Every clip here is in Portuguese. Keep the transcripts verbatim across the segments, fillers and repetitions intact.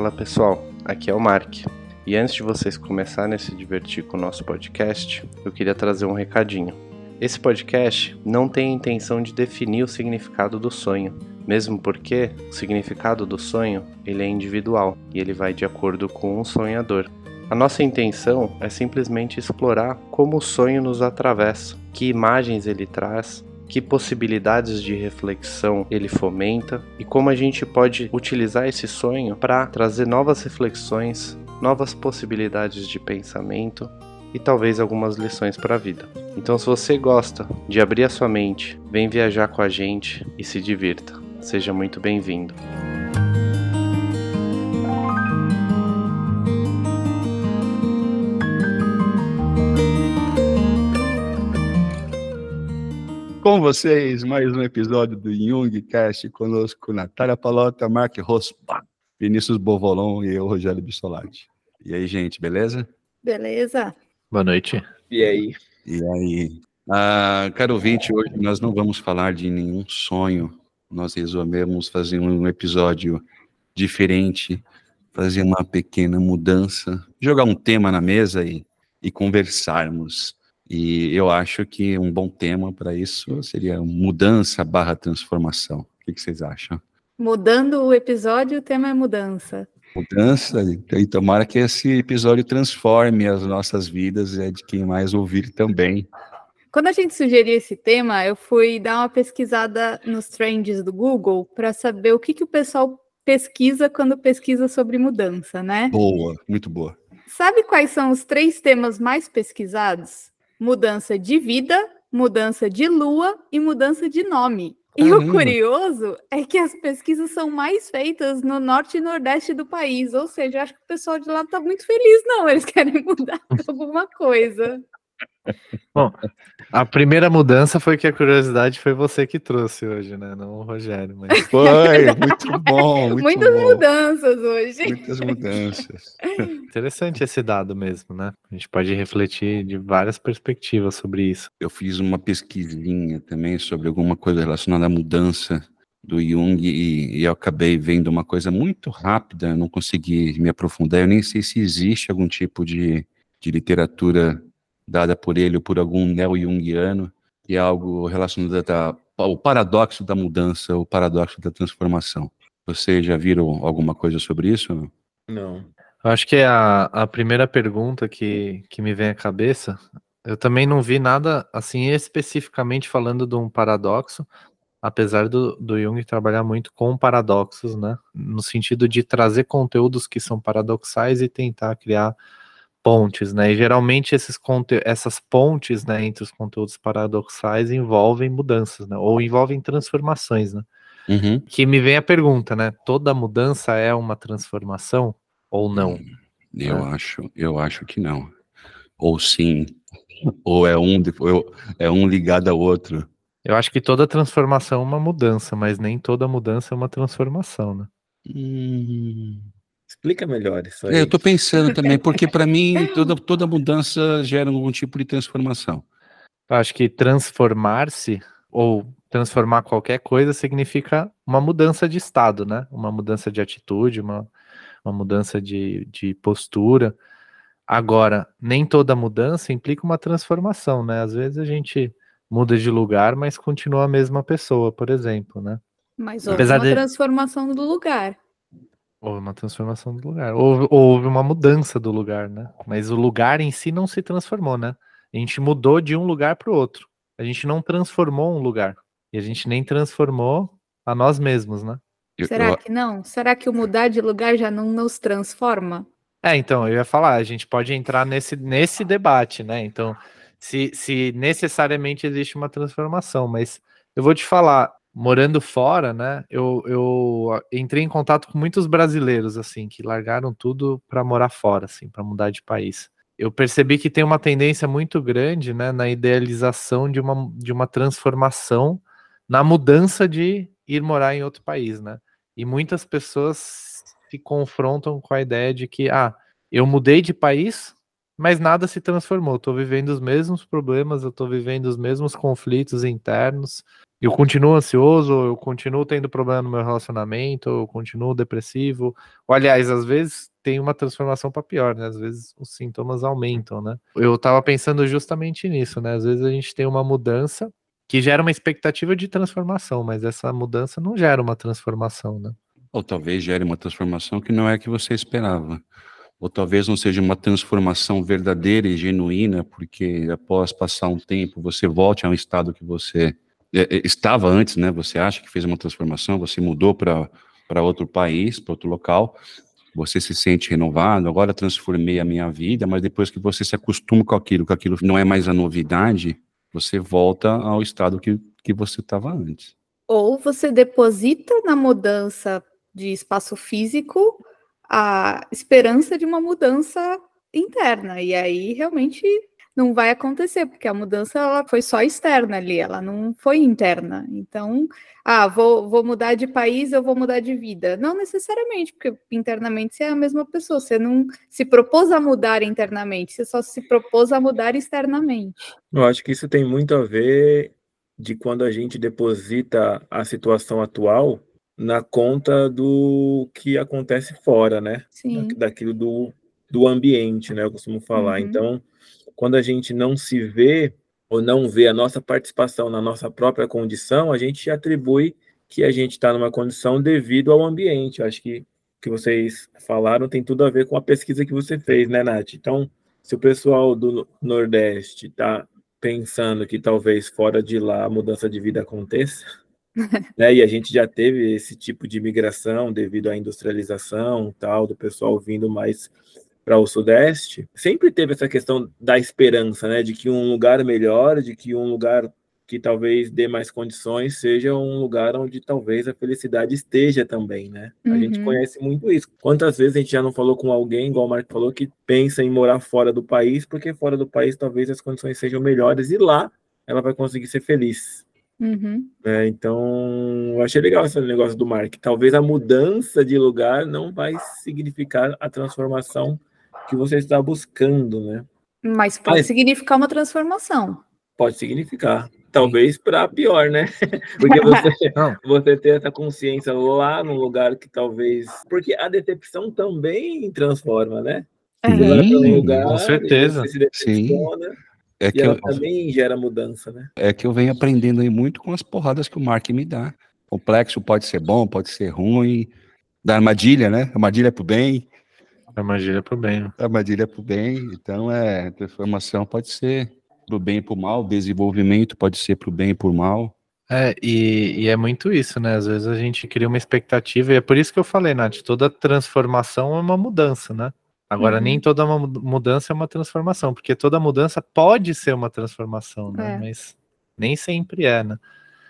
Fala pessoal, aqui é o Mark. E antes de vocês começarem a se divertir com o nosso podcast, eu queria trazer um recadinho. Esse podcast não tem a intenção de definir o significado do sonho, mesmo porque o significado do sonho ele é individual e ele vai de acordo com um sonhador. A nossa intenção é simplesmente explorar como o sonho nos atravessa, que imagens ele traz, que possibilidades de reflexão ele fomenta e como a gente pode utilizar esse sonho para trazer novas reflexões, novas possibilidades de pensamento e talvez algumas lições para a vida. Então, se você gosta de abrir a sua mente, vem viajar com a gente e se divirta. Seja muito bem-vindo. Com vocês, mais um episódio do Jungcast, conosco Natália Palota, Mark Rosbach, Vinícius Bovolon e eu, Rogério Bissolati. E aí, gente, beleza? Beleza. Boa noite. E aí? E aí? Ah, caro ouvinte, hoje nós não vamos falar de nenhum sonho, nós resolvemos fazer um episódio diferente, fazer uma pequena mudança, jogar um tema na mesa e, e conversarmos. E eu acho que um bom tema para isso seria mudança barra transformação. O que, que vocês acham? Mudando o episódio, o tema é mudança. Mudança, e tomara que esse episódio transforme as nossas vidas e é de quem mais ouvir também. Quando a gente sugeriu esse tema, eu fui dar uma pesquisada nos trends do Google para saber o que, que o pessoal pesquisa quando pesquisa sobre mudança, né? Boa, muito boa. Sabe quais são os três temas mais pesquisados? Mudança de vida, mudança de lua e mudança de nome. E Caramba. o curioso é que as pesquisas são mais feitas no norte e nordeste do país, ou seja, acho que o pessoal de lá não está muito feliz, não, eles querem mudar alguma coisa. Bom, a primeira mudança foi que a curiosidade foi você que trouxe hoje, né? Não o Rogério, mas... Foi, muito bom, muito Muitas bom. mudanças hoje. Muitas mudanças. Interessante esse dado mesmo, né? A gente pode refletir de várias perspectivas sobre isso. Eu fiz uma pesquisinha também sobre alguma coisa relacionada à mudança do Jung e, e eu acabei vendo uma coisa muito rápida, não consegui me aprofundar, eu nem sei se existe algum tipo de, de literatura dada por ele ou por algum neo-jungiano, que é algo relacionado ao paradoxo da mudança, o paradoxo da transformação. Vocês já viram alguma coisa sobre isso? Não? Não. Eu acho que a, a primeira pergunta que, que me vem à cabeça, eu também não vi nada assim especificamente falando de um paradoxo, apesar do, do Jung trabalhar muito com paradoxos, né? No sentido de trazer conteúdos que são paradoxais e tentar criar pontes, né? E geralmente esses conte- essas pontes, né, entre os conteúdos paradoxais envolvem mudanças, né? Ou envolvem transformações, né? Uhum. Que me vem a pergunta, né? Toda mudança é uma transformação ou não? Eu É. acho, eu acho que não. Ou sim, ou é um, ou é um ligado ao outro. Eu acho que toda transformação é uma mudança, mas nem toda mudança é uma transformação, né? Hum. Explica melhor isso aí. É, eu tô pensando também, porque para mim toda, toda mudança gera algum tipo de transformação. Eu acho que transformar-se ou transformar qualquer coisa significa uma mudança de estado, né? Uma mudança de atitude, uma, uma mudança de, de postura. Agora, nem toda mudança implica uma transformação, né? Às vezes a gente muda de lugar, mas continua a mesma pessoa, por exemplo, né? Mas houve Apesar uma de- transformação do lugar. Houve uma transformação do lugar. Houve, houve uma mudança do lugar, né? Mas o lugar em si não se transformou, né? A gente mudou de um lugar para o outro. A gente não transformou um lugar. E a gente nem transformou a nós mesmos, né? Eu- Será eu- que não? Será que o mudar de lugar já não nos transforma? É, então, eu ia falar, a gente pode entrar nesse, nesse debate, né? Então, se, se necessariamente existe uma transformação, mas eu vou te falar, morando fora, né? Eu, eu entrei em contato com muitos brasileiros, assim, que largaram tudo para morar fora, assim, para mudar de país. Eu percebi que tem uma tendência muito grande, né, na idealização de uma, de uma transformação, na mudança de ir morar em outro país, né? E muitas pessoas se confrontam com a ideia de que, ah, eu mudei de país, mas nada se transformou. Estou vivendo os mesmos problemas, eu estou vivendo os mesmos conflitos internos, eu continuo ansioso, eu continuo tendo problema no meu relacionamento, eu continuo depressivo. Ou, aliás, às vezes tem uma transformação para pior, né? Às vezes os sintomas aumentam, né? Eu tava pensando justamente nisso, né? Às vezes a gente tem uma mudança que gera uma expectativa de transformação, mas essa mudança não gera uma transformação, né? Ou talvez gere uma transformação que não é a que você esperava. Ou talvez não seja uma transformação verdadeira e genuína, porque após passar um tempo você volte a um estado que você é, estava antes, né? Você acha que fez uma transformação, você mudou para para outro país, para outro local, você se sente renovado, agora transformei a minha vida, mas depois que você se acostuma com aquilo, que aquilo não é mais a novidade, você volta ao estado que, que você estava antes. Ou você deposita na mudança de espaço físico a esperança de uma mudança interna, e aí realmente não vai acontecer, porque a mudança ela foi só externa ali, ela não foi interna. Então, ah, vou, vou mudar de país, eu vou mudar de vida. Não necessariamente, porque internamente você é a mesma pessoa, você não se propôs a mudar internamente, você só se propôs a mudar externamente. Eu acho que isso tem muito a ver de quando a gente deposita a situação atual na conta do que acontece fora, né? Sim. Da- Daquilo do, do ambiente, né? Eu costumo falar. Uhum. Então, quando a gente não se vê ou não vê a nossa participação na nossa própria condição, a gente atribui que a gente está numa condição devido ao ambiente. Eu acho que o que vocês falaram tem tudo a ver com a pesquisa que você fez, né, Nath? Então, se o pessoal do Nordeste está pensando que talvez fora de lá a mudança de vida aconteça, né? E a gente já teve esse tipo de migração devido à industrialização, tal, do pessoal vindo mais para o Sudeste. Sempre teve essa questão da esperança, né? De que um lugar melhor, de que um lugar que talvez dê mais condições seja um lugar onde talvez a felicidade esteja também, né? A gente Uhum. conhece muito isso. Quantas vezes a gente já não falou com alguém, igual o Marco falou, que pensa em morar fora do país, porque fora do país talvez as condições sejam melhores e lá ela vai conseguir ser feliz. Uhum. É, então, eu achei legal esse negócio do Mark. Talvez a mudança de lugar não vai significar a transformação que você está buscando, né? Mas pode Mas significar uma transformação. pode significar. Talvez para pior, né? Porque você, Não. você ter essa consciência lá num lugar que talvez... Porque a decepção também transforma, né? É. Você vai para um Sim, lugar com certeza. e você se sim. decepciona É e que, ela eu, também gera mudança, né? é que eu venho aprendendo aí muito com as porradas que o Mark me dá. Complexo pode ser bom, pode ser ruim. Da armadilha, né? Armadilha pro bem, Armadilha pro bem. armadilha pro bem. Então, é, transformação pode ser pro bem e pro mal, desenvolvimento pode ser pro bem e pro mal. É, e, e é muito isso, né? Às vezes a gente cria uma expectativa, e é por isso que eu falei, Nath, toda transformação é uma mudança, né? Agora, Uhum. nem toda uma mudança é uma transformação, porque toda mudança pode ser uma transformação, né? É. Mas nem sempre é, né?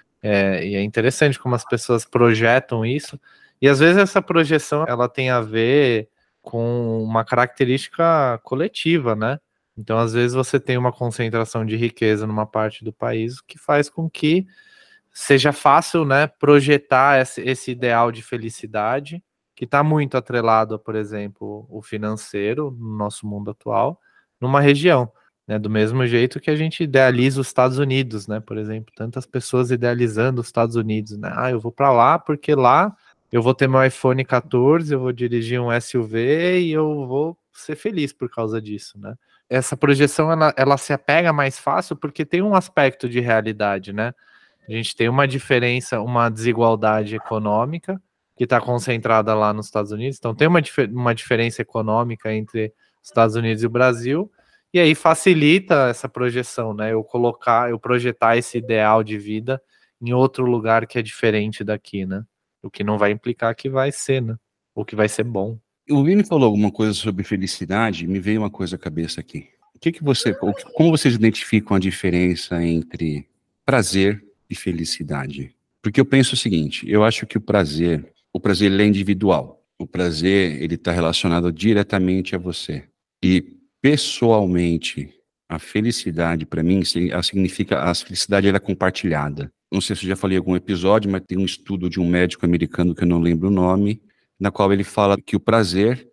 É, e é interessante como as pessoas projetam isso, e às vezes essa projeção, ela tem a ver com uma característica coletiva, né? Então, às vezes você tem uma concentração de riqueza numa parte do país, que faz com que seja fácil, né, projetar esse, esse ideal de felicidade, que está muito atrelado a, por exemplo, o financeiro no nosso mundo atual, numa região, né, do mesmo jeito que a gente idealiza os Estados Unidos, né, por exemplo, tantas pessoas idealizando os Estados Unidos, né, ah, eu vou para lá porque lá eu vou ter meu iPhone quatorze, eu vou dirigir um S U V e eu vou ser feliz por causa disso, né. Essa projeção, ela, ela se apega mais fácil porque tem um aspecto de realidade, né. A gente tem uma diferença, uma desigualdade econômica que está concentrada lá nos Estados Unidos. Então tem uma, dif uma diferença econômica entre os Estados Unidos e o Brasil, e aí facilita essa projeção, né? Eu colocar, eu projetar esse ideal de vida em outro lugar que é diferente daqui, né? O que não vai implicar que vai ser, né? Ou que vai ser bom. O Vini falou alguma coisa sobre felicidade, me veio uma coisa à cabeça aqui. O que que você, como vocês identificam a diferença entre prazer e felicidade? Porque eu penso o seguinte, eu acho que o prazer, o prazer ele é individual. O prazer, ele está relacionado diretamente a você. E, pessoalmente, a felicidade, para mim, significa, a felicidade ela é compartilhada. Não sei se eu já falei em algum episódio, mas tem um estudo de um médico americano que eu não lembro o nome, na qual ele fala que o prazer,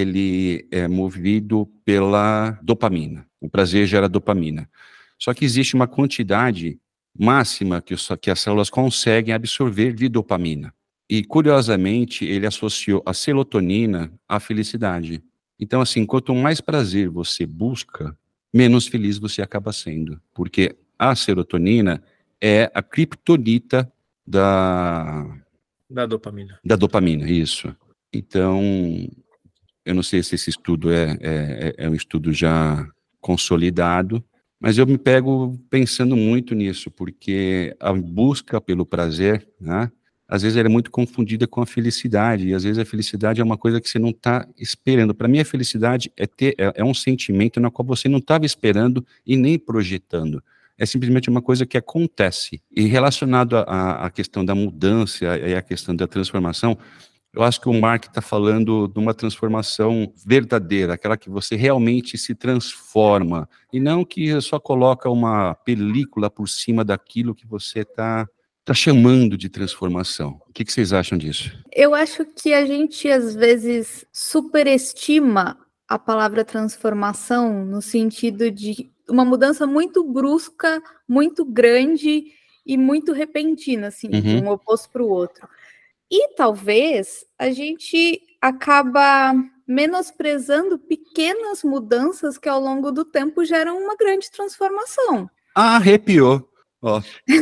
ele é movido pela dopamina. O prazer gera dopamina. Só que existe uma quantidade máxima que, o, que as células conseguem absorver de dopamina. E, curiosamente, ele associou a serotonina à felicidade. Então, assim, quanto mais prazer você busca, menos feliz você acaba sendo. Porque a serotonina é a criptonita da... Da dopamina. Da dopamina, isso. Então, eu não sei se esse estudo é, é, é um estudo já consolidado, mas eu me pego pensando muito nisso, porque a busca pelo prazer, né, às vezes ela é muito confundida com a felicidade, e às vezes a felicidade é uma coisa que você não está esperando. Para mim, a felicidade é, ter, é, é um sentimento na qual você não estava esperando e nem projetando. É simplesmente uma coisa que acontece. E relacionado à questão da mudança e à questão da transformação, eu acho que o Mark está falando de uma transformação verdadeira, aquela que você realmente se transforma, e não que só coloca uma película por cima daquilo que você está tá chamando de transformação. O que, que vocês acham disso? Eu acho que a gente, às vezes, superestima a palavra transformação no sentido de uma mudança muito brusca, muito grande e muito repentina, assim, uhum. de um oposto para o outro. E talvez a gente acaba menosprezando pequenas mudanças que ao longo do tempo geram uma grande transformação. Ah, arrepiou. Ó.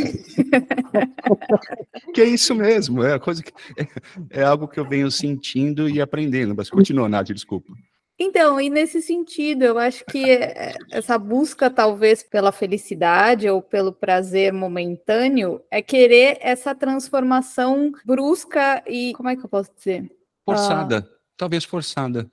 Que é isso mesmo, é, a coisa que, é, é algo que eu venho sentindo e aprendendo. Mas continua, Nath, desculpa. Então, e nesse sentido, eu acho que essa busca, talvez, pela felicidade ou pelo prazer momentâneo, é querer essa transformação brusca e, como é que eu posso dizer? Forçada, uh... talvez forçada.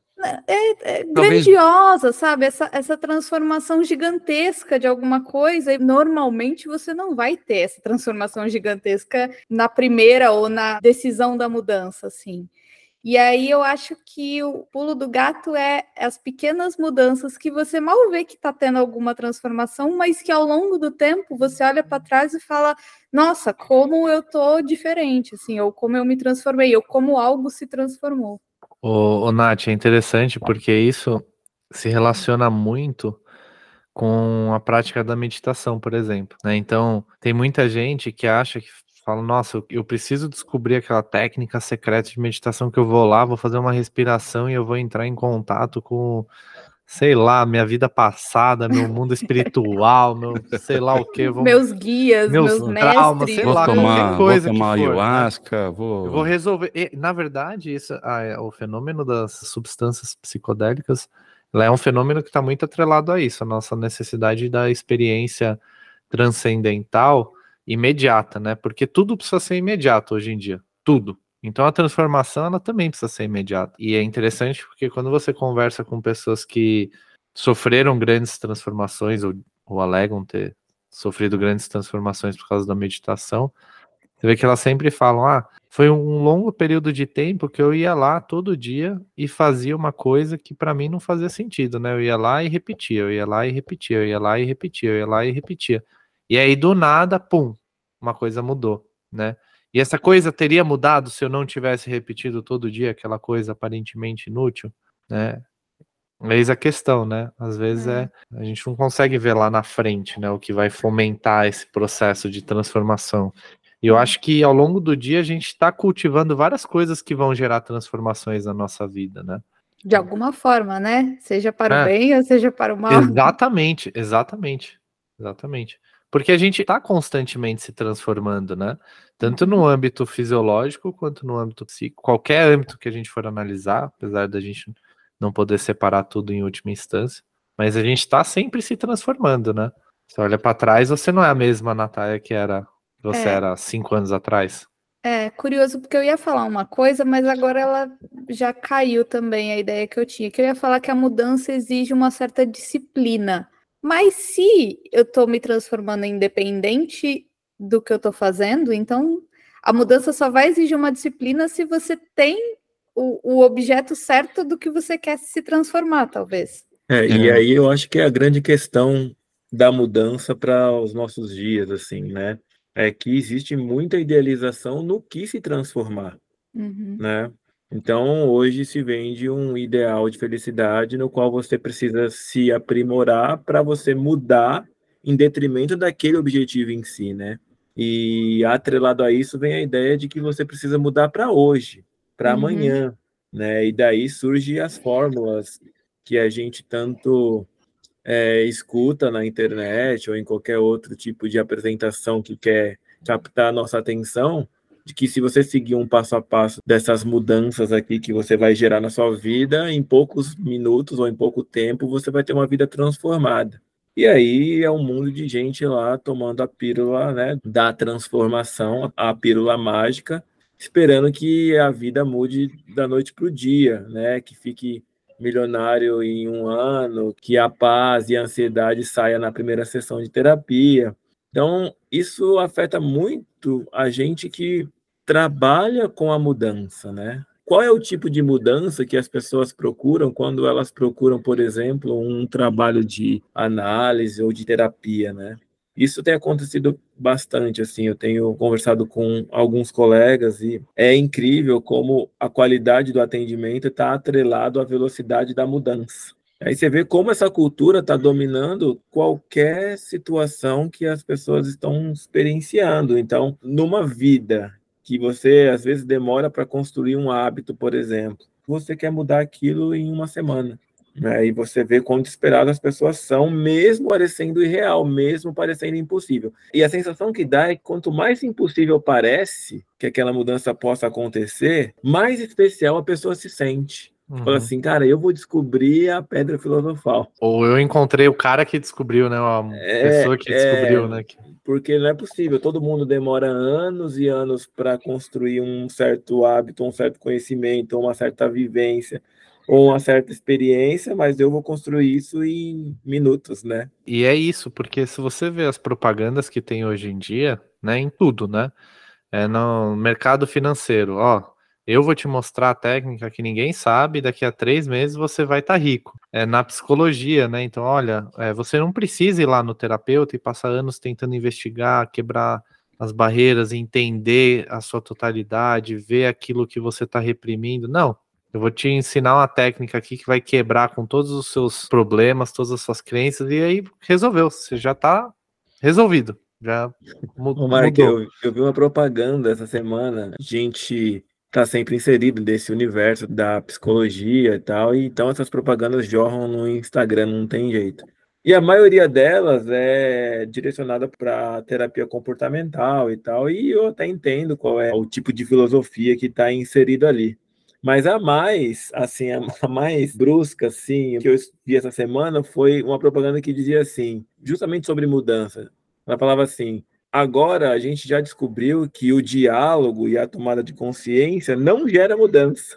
É, é talvez... grandiosa, sabe? Essa, essa transformação gigantesca de alguma coisa, e normalmente você não vai ter essa transformação gigantesca na primeira ou na decisão da mudança, assim. E aí eu acho que o pulo do gato é as pequenas mudanças que você mal vê que está tendo alguma transformação, mas que ao longo do tempo você olha para trás e fala, nossa, como eu tô diferente, assim, ou como eu me transformei, ou como algo se transformou. Ô, ô Nath, é interessante porque isso se relaciona muito com a prática da meditação, por exemplo, né? Então, tem muita gente que acha que fala, nossa, eu preciso descobrir aquela técnica secreta de meditação que eu vou lá, vou fazer uma respiração e eu vou entrar em contato com, sei lá, minha vida passada, meu mundo espiritual, meu sei lá o que. Vou, meus guias, meus, meus traumas, mestres. sei vou lá, tomar, qualquer coisa vou tomar que for, ayahuasca, né? vou... Eu vou resolver. E, na verdade, isso, ah, o fenômeno das substâncias psicodélicas é um fenômeno que está muito atrelado a isso, a nossa necessidade da experiência transcendental imediata, né? Porque tudo precisa ser imediato hoje em dia, tudo. Então a transformação ela também precisa ser imediata. E é interessante porque quando você conversa com pessoas que sofreram grandes transformações ou, ou alegam ter sofrido grandes transformações por causa da meditação, você vê que elas sempre falam, ah, foi um longo período de tempo que eu ia lá todo dia e fazia uma coisa que para mim não fazia sentido, né? Eu ia lá e repetia, eu ia lá e repetia, eu ia lá e repetia, eu ia lá e repetia. E aí, do nada, pum, uma coisa mudou, né? E essa coisa teria mudado se eu não tivesse repetido todo dia aquela coisa aparentemente inútil, né? Eis a questão, né? Às vezes é. é, a gente não consegue ver lá na frente, né, o que vai fomentar esse processo de transformação. E eu acho que ao longo do dia a gente está cultivando várias coisas que vão gerar transformações na nossa vida, né? De alguma forma, né? Seja para é. o bem ou seja para o mal. Exatamente, exatamente, exatamente. Porque a gente está constantemente se transformando, né? Tanto no âmbito fisiológico quanto no âmbito psíquico. Qualquer âmbito que a gente for analisar, apesar da gente não poder separar tudo em última instância, mas a gente está sempre se transformando, né? Você olha para trás, você não é a mesma Natália que era você é. era cinco anos atrás. É, curioso, porque eu ia falar uma coisa, mas agora ela já caiu também a ideia que eu tinha, que eu ia falar que a mudança exige uma certa disciplina. Mas se eu estou me transformando independente do que eu estou fazendo, então a mudança só vai exigir uma disciplina se você tem o, o objeto certo do que você quer se transformar, talvez. É, e aí eu acho que é a grande questão da mudança para os nossos dias, assim, né? É que existe muita idealização no que se transformar, uhum. né? Então, hoje se vende um ideal de felicidade no qual você precisa se aprimorar para você mudar em detrimento daquele objetivo em si, né? E atrelado a isso vem a ideia de que você precisa mudar para hoje, para Uhum. amanhã, né? E daí surgem as fórmulas que a gente tanto é, escuta na internet ou em qualquer outro tipo de apresentação que quer captar a nossa atenção, de que se você seguir um passo a passo dessas mudanças aqui que você vai gerar na sua vida, em poucos minutos ou em pouco tempo, você vai ter uma vida transformada. E aí é um mundo de gente lá tomando a pílula, né, da transformação, a pílula mágica, esperando que a vida mude da noite para o dia, né, que fique milionário em um ano, que a paz e a ansiedade saia na primeira sessão de terapia. Então, isso afeta muito a gente que trabalha com a mudança, né? Qual é o tipo de mudança que as pessoas procuram quando elas procuram, por exemplo, um trabalho de análise ou de terapia, né? Isso tem acontecido bastante, assim, eu tenho conversado com alguns colegas e é incrível como a qualidade do atendimento está atrelado à velocidade da mudança. Aí você vê como essa cultura está dominando qualquer situação que as pessoas estão experienciando. Então, numa vida que você, às vezes, demora para construir um hábito, por exemplo, você quer mudar aquilo em uma semana. Né? E você vê quão desesperadas as pessoas são, mesmo parecendo irreal, mesmo parecendo impossível. E a sensação que dá é que quanto mais impossível parece que aquela mudança possa acontecer, mais especial a pessoa se sente. Uhum. Fala assim, cara, eu vou descobrir a pedra filosofal. Ou eu encontrei o cara que descobriu, né? Uma é, pessoa que descobriu, é, né? Porque não é possível, todo mundo demora anos e anos para construir um certo hábito, um certo conhecimento, uma certa vivência, ou uma certa experiência, mas eu vou construir isso em minutos, né? E é isso, porque se você vê as propagandas que tem hoje em dia, né, em tudo, né? É no mercado financeiro, ó, eu vou te mostrar a técnica que ninguém sabe, daqui a três meses você vai estar tá rico. É na psicologia, né? Então, olha, é, você não precisa ir lá no terapeuta e passar anos tentando investigar, quebrar as barreiras, entender a sua totalidade, ver aquilo que você está reprimindo. Não, eu vou te ensinar uma técnica aqui que vai quebrar com todos os seus problemas, todas as suas crenças, e aí resolveu, você já está resolvido. Já mudou. Ô, Mark, eu, eu vi uma propaganda essa semana, a gente está sempre inserido nesse universo da psicologia e tal, e então essas propagandas jorram no Instagram, não tem jeito. E a maioria delas é direcionada para terapia comportamental e tal, e eu até entendo qual é o tipo de filosofia que está inserido ali. Mas a mais, assim, a mais brusca, assim, que eu vi essa semana foi uma propaganda que dizia assim, justamente sobre mudança. Ela falava assim, agora a gente já descobriu que o diálogo e a tomada de consciência não gera mudança.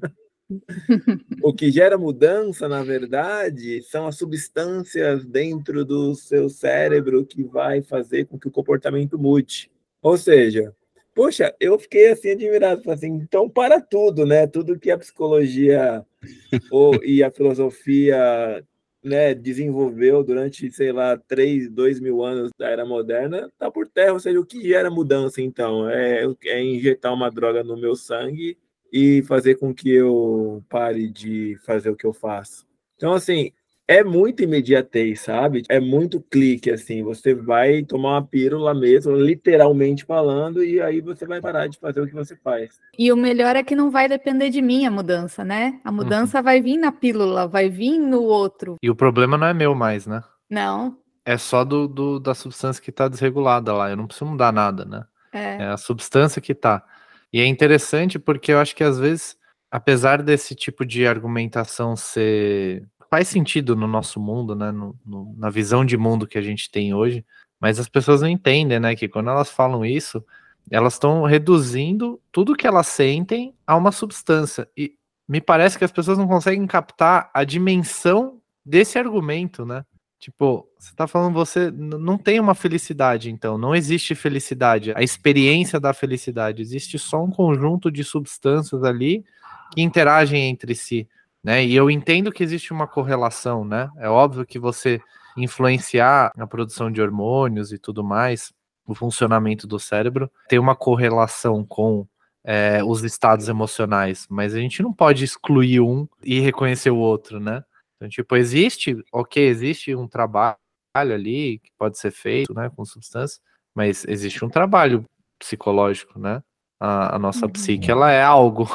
O que gera mudança, na verdade, são as substâncias dentro do seu cérebro que vai fazer com que o comportamento mude. Ou seja, poxa, eu fiquei assim admirado, assim, então para tudo, né? Tudo que a psicologia ou, e a filosofia, né, desenvolveu durante, sei lá, três, dois mil anos da era moderna, tá por terra. Ou seja, o que gera mudança, então? É, é injetar uma droga no meu sangue e fazer com que eu pare de fazer o que eu faço. Então, assim, é muito imediatez, sabe? É muito clique, assim. Você vai tomar uma pílula mesmo, literalmente falando, e aí você vai parar de fazer o que você faz. E o melhor é que não vai depender de mim a mudança, né? A mudança uhum. vai vir na pílula, vai vir no outro. E o problema não é meu mais, né? Não. É só do, do da substância que está desregulada lá. Eu não preciso mudar nada, né? É. É a substância que está. E é interessante porque eu acho que às vezes, apesar desse tipo de argumentação ser... faz sentido no nosso mundo, né? No, no, na visão de mundo que a gente tem hoje, mas as pessoas não entendem, né? Que quando elas falam isso, elas estão reduzindo tudo que elas sentem a uma substância. E me parece que as pessoas não conseguem captar a dimensão desse argumento, né? Tipo, você tá falando, você não tem uma felicidade, então, não existe felicidade, a experiência da felicidade, existe só um conjunto de substâncias ali que interagem entre si, né, e eu entendo que existe uma correlação, né, é óbvio que você influenciar a produção de hormônios e tudo mais, o funcionamento do cérebro, tem uma correlação com é, os estados emocionais, mas a gente não pode excluir um e reconhecer o outro, né. Então, tipo, existe, ok, existe um trabalho ali que pode ser feito, né, com substância, mas existe um trabalho psicológico, né? A, a nossa Uhum. psique, ela é algo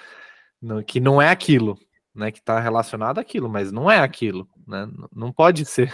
que não é aquilo, né? Que está relacionado àquilo, mas não é aquilo, né? Não pode ser.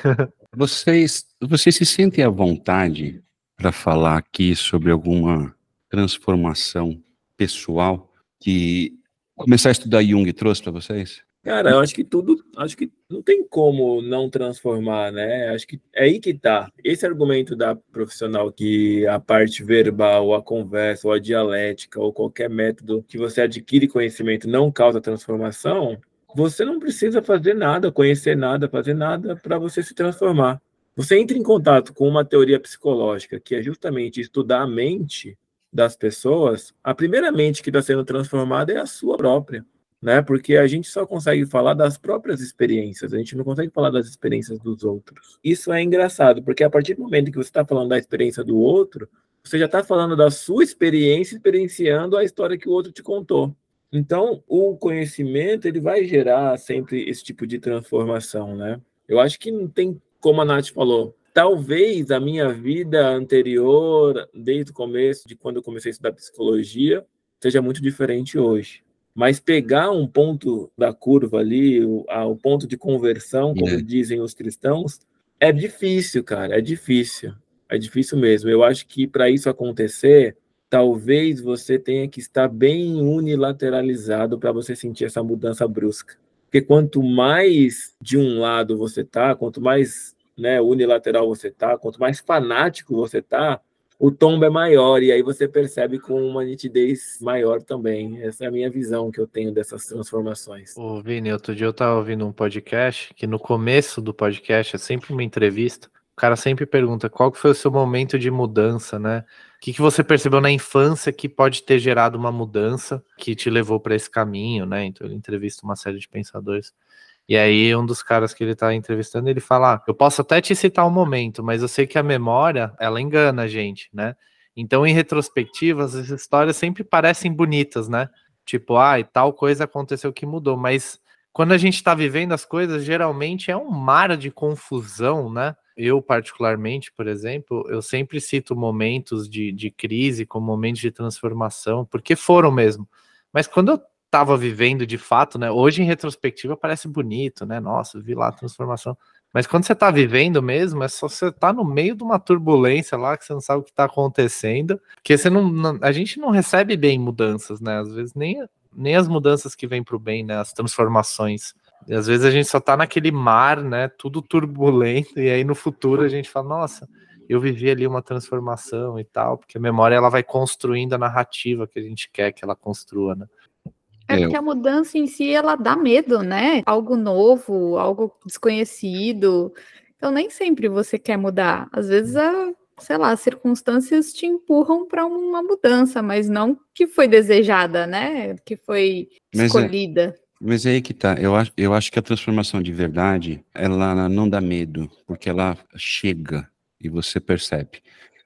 Vocês, vocês se sentem à vontade para falar aqui sobre alguma transformação pessoal que começar a estudar Jung trouxe para vocês? Cara, eu acho que tudo, acho que não tem como não transformar, né? Acho que é aí que tá. Esse argumento da profissional que a parte verbal, a conversa, ou a dialética, ou qualquer método que você adquire conhecimento não causa transformação, você não precisa fazer nada, conhecer nada, fazer nada para você se transformar. Você entra em contato com uma teoria psicológica, que é justamente estudar a mente das pessoas, a primeira mente que está sendo transformada é a sua própria. Né? Porque a gente só consegue falar das próprias experiências, a gente não consegue falar das experiências dos outros. Isso é engraçado, porque a partir do momento que você está falando da experiência do outro, você já está falando da sua experiência, experienciando a história que o outro te contou. Então, o conhecimento, ele vai gerar sempre esse tipo de transformação, né? Eu acho que não tem, como a Nath falou, talvez a minha vida anterior, desde o começo, de quando eu comecei a estudar psicologia, seja muito diferente hoje. Mas pegar um ponto da curva ali, o, a, o ponto de conversão, como é. dizem os cristãos, é difícil, cara, é difícil. É difícil mesmo. Eu acho que para isso acontecer, talvez você tenha que estar bem unilateralizado para você sentir essa mudança brusca. Porque quanto mais de um lado você tá, quanto mais, né, unilateral você tá, quanto mais fanático você tá, o tombo é maior, e aí você percebe com uma nitidez maior também. Essa é a minha visão que eu tenho dessas transformações. Ô, Vini, outro dia eu estava ouvindo um podcast, que no começo do podcast é sempre uma entrevista, o cara sempre pergunta qual que foi o seu momento de mudança, né? O que, que você percebeu na infância que pode ter gerado uma mudança que te levou para esse caminho, né? Então ele entrevista uma série de pensadores. E aí um dos caras que ele tá entrevistando, ele fala, ah, eu posso até te citar um momento, mas eu sei que a memória, ela engana a gente, né? Então, em retrospectiva, as histórias sempre parecem bonitas, né? Tipo, ah, e tal coisa aconteceu que mudou, mas quando a gente tá vivendo as coisas, geralmente é um mar de confusão, né? Eu, particularmente, por exemplo, eu sempre cito momentos de, de crise como momentos de transformação, porque foram mesmo. Mas quando eu estava vivendo de fato, né? Hoje em retrospectiva parece bonito, né? Nossa, vi lá a transformação. Mas quando você tá vivendo mesmo, é só você tá no meio de uma turbulência lá que você não sabe o que tá acontecendo, porque você não, não a gente não recebe bem mudanças, né? Às vezes nem, nem as mudanças que vêm pro bem, né? As transformações. E às vezes a gente só tá naquele mar, né? Tudo turbulento, e aí no futuro a gente fala, nossa, eu vivi ali uma transformação e tal, porque a memória ela vai construindo a narrativa que a gente quer que ela construa, né? É porque a mudança em si, ela dá medo, né? Algo novo, algo desconhecido. Então, nem sempre você quer mudar. Às vezes, a, sei lá, as circunstâncias te empurram para uma mudança, mas não que foi desejada, né? Que foi escolhida. Mas é, mas é aí que tá. Eu acho, eu acho que a transformação de verdade, ela não dá medo, porque ela chega e você percebe.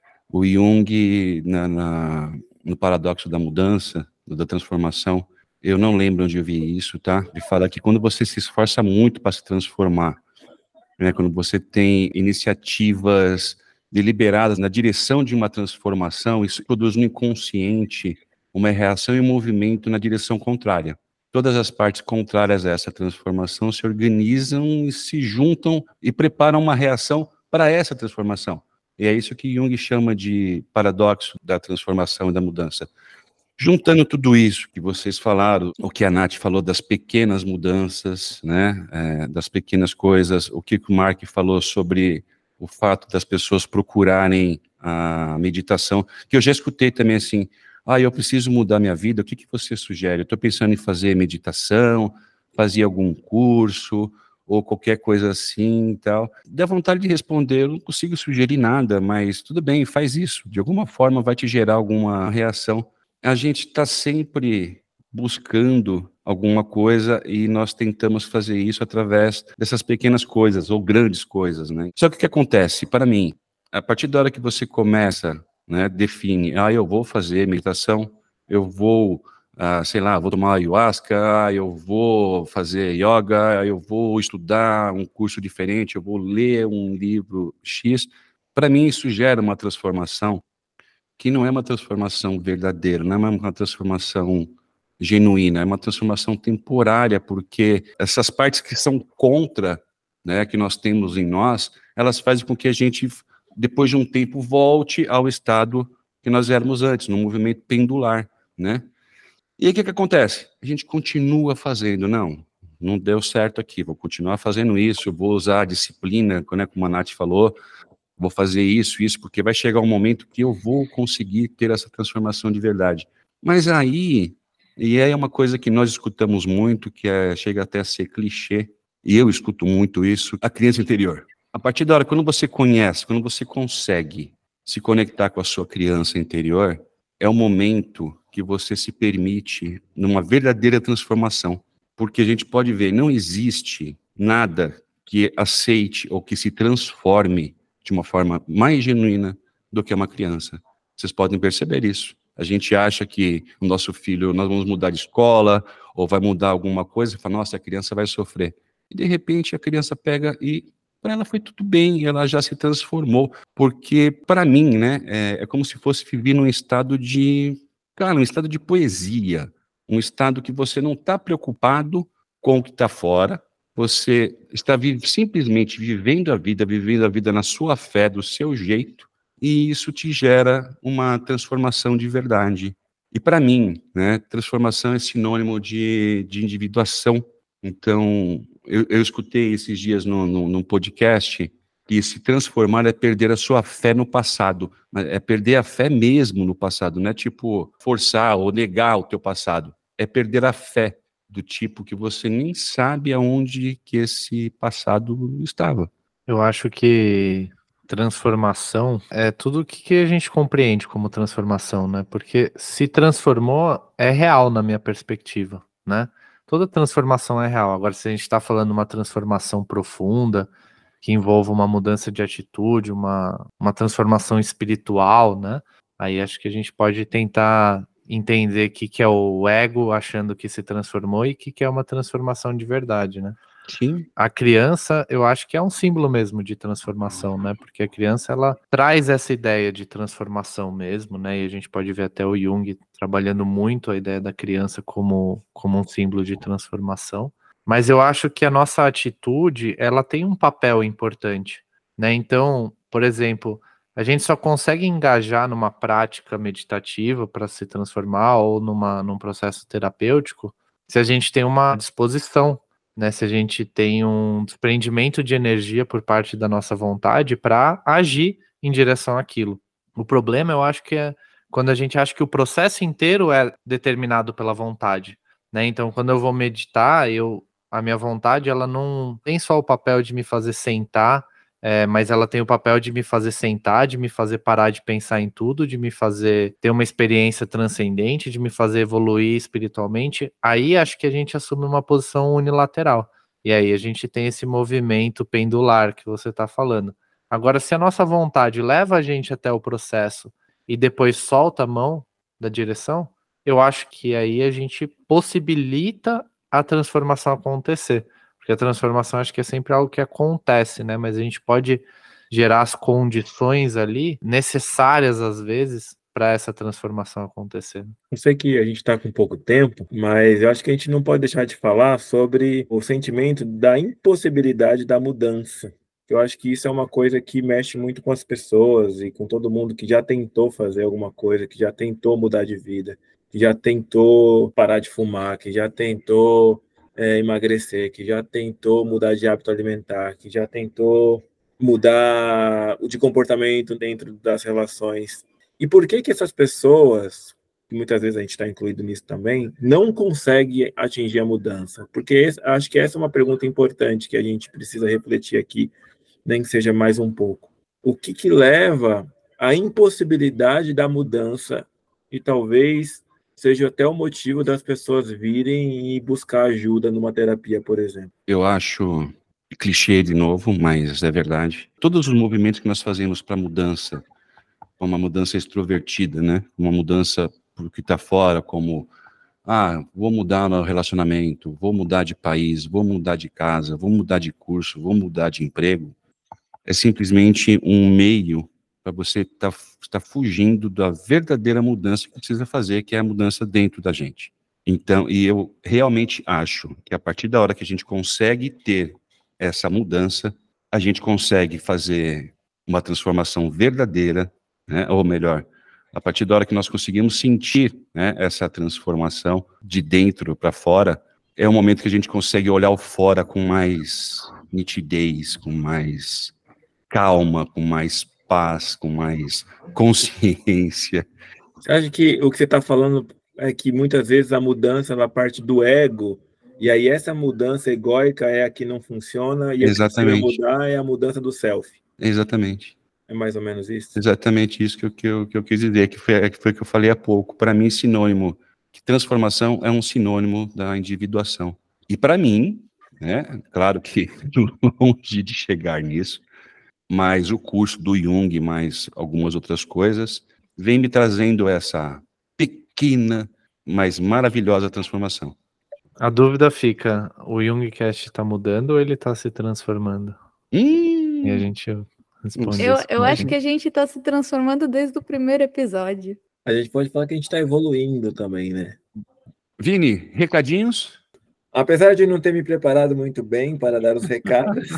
O Jung, na, na, no paradoxo da mudança, da transformação, eu não lembro onde eu vi isso, tá? Ele fala que quando você se esforça muito para se transformar, né, quando você tem iniciativas deliberadas na direção de uma transformação, isso produz no inconsciente uma reação e um movimento na direção contrária. Todas as partes contrárias a essa transformação se organizam e se juntam e preparam uma reação para essa transformação. E é isso que Jung chama de paradoxo da transformação e da mudança. Juntando tudo isso que vocês falaram, o que a Nath falou das pequenas mudanças, né, é, das pequenas coisas, o que o Mark falou sobre o fato das pessoas procurarem a meditação, que eu já escutei também assim, ah, eu preciso mudar minha vida, o que, que você sugere? Eu estou pensando em fazer meditação, fazer algum curso, ou qualquer coisa assim e tal. Dá vontade de responder, eu não consigo sugerir nada, mas tudo bem, faz isso, de alguma forma vai te gerar alguma reação. A gente está sempre buscando alguma coisa e nós tentamos fazer isso através dessas pequenas coisas ou grandes coisas, né? Só que o que acontece, para mim, a partir da hora que você começa, né, define, ah, eu vou fazer meditação, eu vou ah, sei lá, vou tomar ayahuasca, eu vou fazer yoga, eu vou estudar um curso diferente, eu vou ler um livro X. Para mim, isso gera uma transformação que não é uma transformação verdadeira, não é uma transformação genuína, é uma transformação temporária, porque essas partes que são contra, né, que nós temos em nós, elas fazem com que a gente, depois de um tempo, volte ao estado que nós éramos antes, no movimento pendular, né? E aí o que, que acontece? A gente continua fazendo, não, não deu certo aqui, vou continuar fazendo isso, vou usar a disciplina, né, como a Nath falou, vou fazer isso, isso, porque vai chegar um momento que eu vou conseguir ter essa transformação de verdade. Mas aí, e é uma coisa que nós escutamos muito, que é, chega até a ser clichê, e eu escuto muito isso, a criança interior. A partir da hora, quando você conhece, quando você consegue se conectar com a sua criança interior, é o momento que você se permite numa verdadeira transformação. Porque a gente pode ver, não existe nada que aceite ou que se transforme de uma forma mais genuína do que uma criança. Vocês podem perceber isso. A gente acha que o nosso filho, nós vamos mudar de escola, ou vai mudar alguma coisa, e fala, nossa, a criança vai sofrer. E de repente a criança pega e para ela foi tudo bem, ela já se transformou. Porque para mim, né, é, é como se fosse viver num estado de, cara, um estado de poesia, um estado que você não está preocupado com o que está fora, você está vi- simplesmente vivendo a vida, vivendo a vida na sua fé, do seu jeito, e isso te gera uma transformação de verdade. E para mim, né, transformação é sinônimo de, de individuação. Então, eu, eu escutei esses dias no, no, num podcast que se transformar é perder a sua fé no passado, é perder a fé mesmo no passado, não é tipo forçar ou negar o teu passado, é perder a fé do tipo que você nem sabe aonde que esse passado estava. Eu acho que transformação é tudo o que que a gente compreende como transformação, né? Porque se transformou, é real na minha perspectiva, né? Toda transformação é real. Agora, se a gente está falando de uma transformação profunda, que envolva uma mudança de atitude, uma, uma transformação espiritual, né? Aí acho que a gente pode tentar entender o que, que é o ego achando que se transformou e o que, que é uma transformação de verdade, né? Sim. A criança, eu acho que é um símbolo mesmo de transformação, né? Porque a criança, ela traz essa ideia de transformação mesmo, né? E a gente pode ver até o Jung trabalhando muito a ideia da criança como, como um símbolo de transformação. Mas eu acho que a nossa atitude, ela tem um papel importante, né? Então, por exemplo, a gente só consegue engajar numa prática meditativa para se transformar ou numa, num processo terapêutico se a gente tem uma disposição, né, se a gente tem um desprendimento de energia por parte da nossa vontade para agir em direção àquilo. O problema, eu acho que é quando a gente acha que o processo inteiro é determinado pela vontade, né? Então, quando eu vou meditar, eu, a minha vontade, ela não tem só o papel de me fazer sentar, é, mas ela tem o papel de me fazer sentar, de me fazer parar de pensar em tudo, de me fazer ter uma experiência transcendente, de me fazer evoluir espiritualmente. Aí acho que a gente assume uma posição unilateral. E aí a gente tem esse movimento pendular que você está falando. Agora, se a nossa vontade leva a gente até o processo e depois solta a mão da direção, eu acho que aí a gente possibilita a transformação acontecer. Porque a transformação acho que é sempre algo que acontece, né? Mas a gente pode gerar as condições ali necessárias, às vezes, para essa transformação acontecer. Eu sei que a gente está com pouco tempo, mas eu acho que a gente não pode deixar de falar sobre o sentimento da impossibilidade da mudança. Eu acho que isso é uma coisa que mexe muito com as pessoas e com todo mundo que já tentou fazer alguma coisa, que já tentou mudar de vida, que já tentou parar de fumar, que já tentou É, emagrecer, que já tentou mudar de hábito alimentar, que já tentou mudar de comportamento dentro das relações. E por que que essas pessoas, muitas vezes a gente está incluído nisso também, não conseguem atingir a mudança? Porque esse, acho que essa é uma pergunta importante que a gente precisa refletir aqui, nem que seja mais um pouco. O que que leva à impossibilidade da mudança e talvez seja até o motivo das pessoas virem e buscar ajuda numa terapia, por exemplo? Eu acho clichê de novo, mas é verdade. Todos os movimentos que nós fazemos para mudança, uma mudança extrovertida, né? Uma mudança para o que está fora, como ah, vou mudar no relacionamento, vou mudar de país, vou mudar de casa, vou mudar de curso, vou mudar de emprego, é simplesmente um meio para você estar tá, tá fugindo da verdadeira mudança que precisa fazer, que é a mudança dentro da gente. Então, e eu realmente acho que a partir da hora que a gente consegue ter essa mudança, a gente consegue fazer uma transformação verdadeira, né? Ou melhor, a partir da hora que nós conseguimos sentir, né, essa transformação de dentro para fora, é o momento que a gente consegue olhar o fora com mais nitidez, com mais calma, com mais paz, com mais consciência. Você acha que o que você está falando é que muitas vezes a mudança na parte do ego, e aí essa mudança egóica é a que não funciona, e Exatamente. a que precisa mudar é a mudança do self? Exatamente. É mais ou menos isso? Exatamente isso que eu, que eu, que eu quis dizer, que foi, que foi o que eu falei há pouco. Para mim, sinônimo, que transformação é um sinônimo da individuação. E para mim, né, claro que longe de chegar nisso, mas o curso do Jung, mais algumas outras coisas, vem me trazendo essa pequena, mas maravilhosa transformação. A dúvida fica, o Jungcast está mudando ou ele está se transformando? Hum, e a gente responde Eu, isso. eu acho que a gente está se transformando desde o primeiro episódio. A gente pode falar que a gente está evoluindo também, né? Vini, recadinhos? Apesar de não ter me preparado muito bem para dar os recados,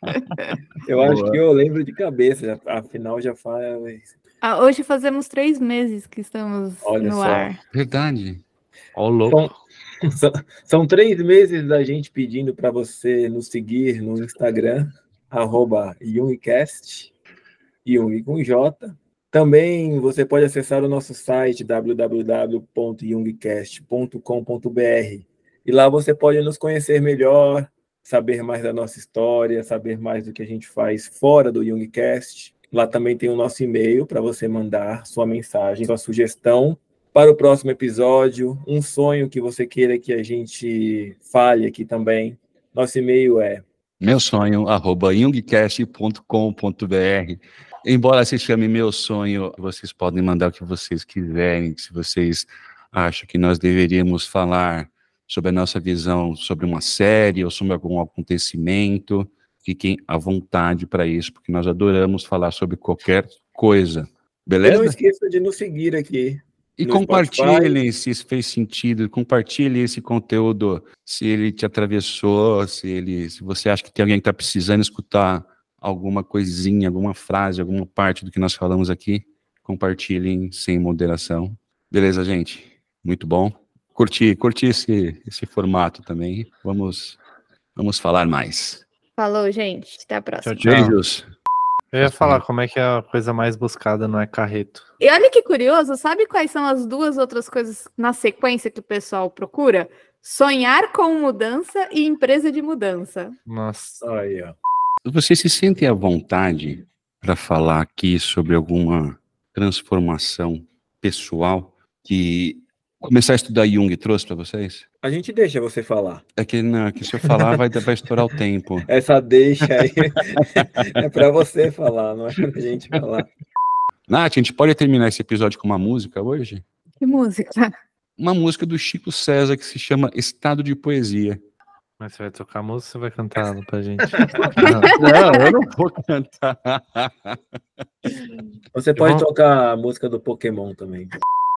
eu Boa. acho que eu lembro de cabeça, afinal já faz... Ah, hoje fazemos três meses que estamos Olha no só. ar. Verdade. Ó, louco. São, são, são três meses da gente pedindo para você nos seguir no Instagram, arroba Jungcast, Jung com J. Também você pode acessar o nosso site w w w ponto jungcast ponto com ponto b r e lá você pode nos conhecer melhor, saber mais da nossa história, saber mais do que a gente faz fora do Jungcast. Lá também tem o nosso e-mail para você mandar sua mensagem, sua sugestão para o próximo episódio, um sonho que você queira que a gente fale aqui também. Nosso e-mail é meu sonho, arroba jungcast ponto com ponto b r. Embora se chame Meu Sonho, vocês podem mandar o que vocês quiserem. Se vocês acham que nós deveríamos falar sobre a nossa visão sobre uma série ou sobre algum acontecimento, fiquem à vontade para isso, porque nós adoramos falar sobre qualquer coisa. Beleza? E não esqueça de nos seguir aqui. E compartilhem se isso fez sentido, compartilhe esse conteúdo, se ele te atravessou, se, ele, se você acha que tem alguém que está precisando escutar alguma coisinha, alguma frase, alguma parte do que nós falamos aqui, compartilhem sem moderação. Beleza, gente? Muito bom. Curti, curti esse, esse formato também. Vamos, vamos falar mais. Falou, gente. Até a próxima. Tchau, tchau. Beijos. Eu ia falar como é que a coisa mais buscada não é carreto. E olha que curioso, sabe quais são as duas outras coisas na sequência que o pessoal procura? Sonhar com mudança e empresa de mudança. Nossa. Aí, ó. Vocês se sentem à vontade para falar aqui sobre alguma transformação pessoal que começar a estudar Jung trouxe para vocês? A gente deixa você falar. É que, não, que se eu falar vai, vai estourar o tempo. Essa deixa aí é para você falar, não é pra gente falar. Nath, a gente pode terminar esse episódio com uma música hoje? Que música? Uma música do Chico César que se chama Estado de Poesia. Mas você vai tocar música ou você vai cantar pra gente? Não, eu não vou cantar. Você pode vou... tocar a música do Pokémon também.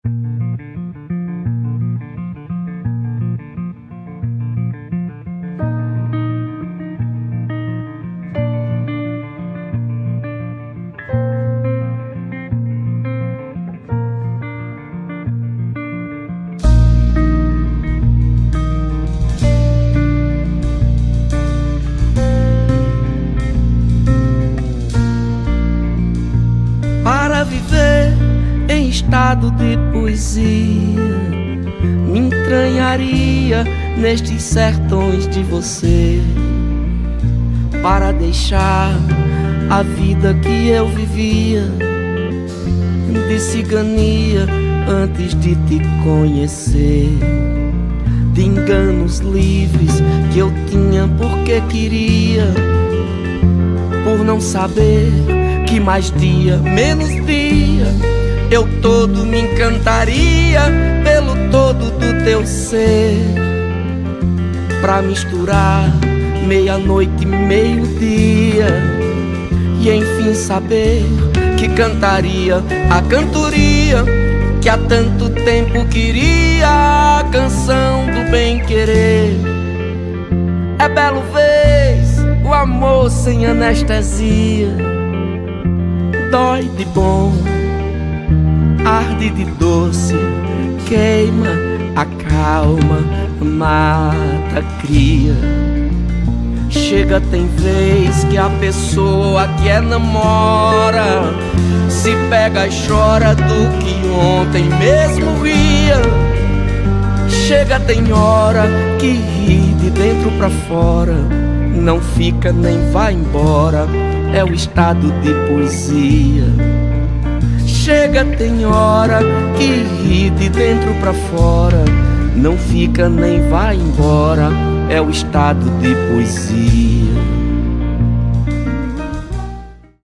Estado de poesia, me entranharia nestes sertões de você, para deixar a vida que eu vivia de cigania antes de te conhecer, de enganos livres que eu tinha porque queria, por não saber que mais dia, menos dia eu todo me encantaria pelo todo do do teu ser, pra misturar meia-noite e meio-dia, e enfim saber que cantaria a cantoria que há tanto tempo queria, a canção do bem-querer. É belo vez o amor sem anestesia, dói de bom, arde de doce, queima, acalma, mata, cria. Chega, tem vez que a pessoa que é namora se pega e chora do que ontem mesmo ria. Chega, tem hora que ri de dentro pra fora, não fica nem vai embora, é o estado de poesia. Chega, tem hora que ri de dentro pra fora, não fica nem vai embora, é o estado de poesia.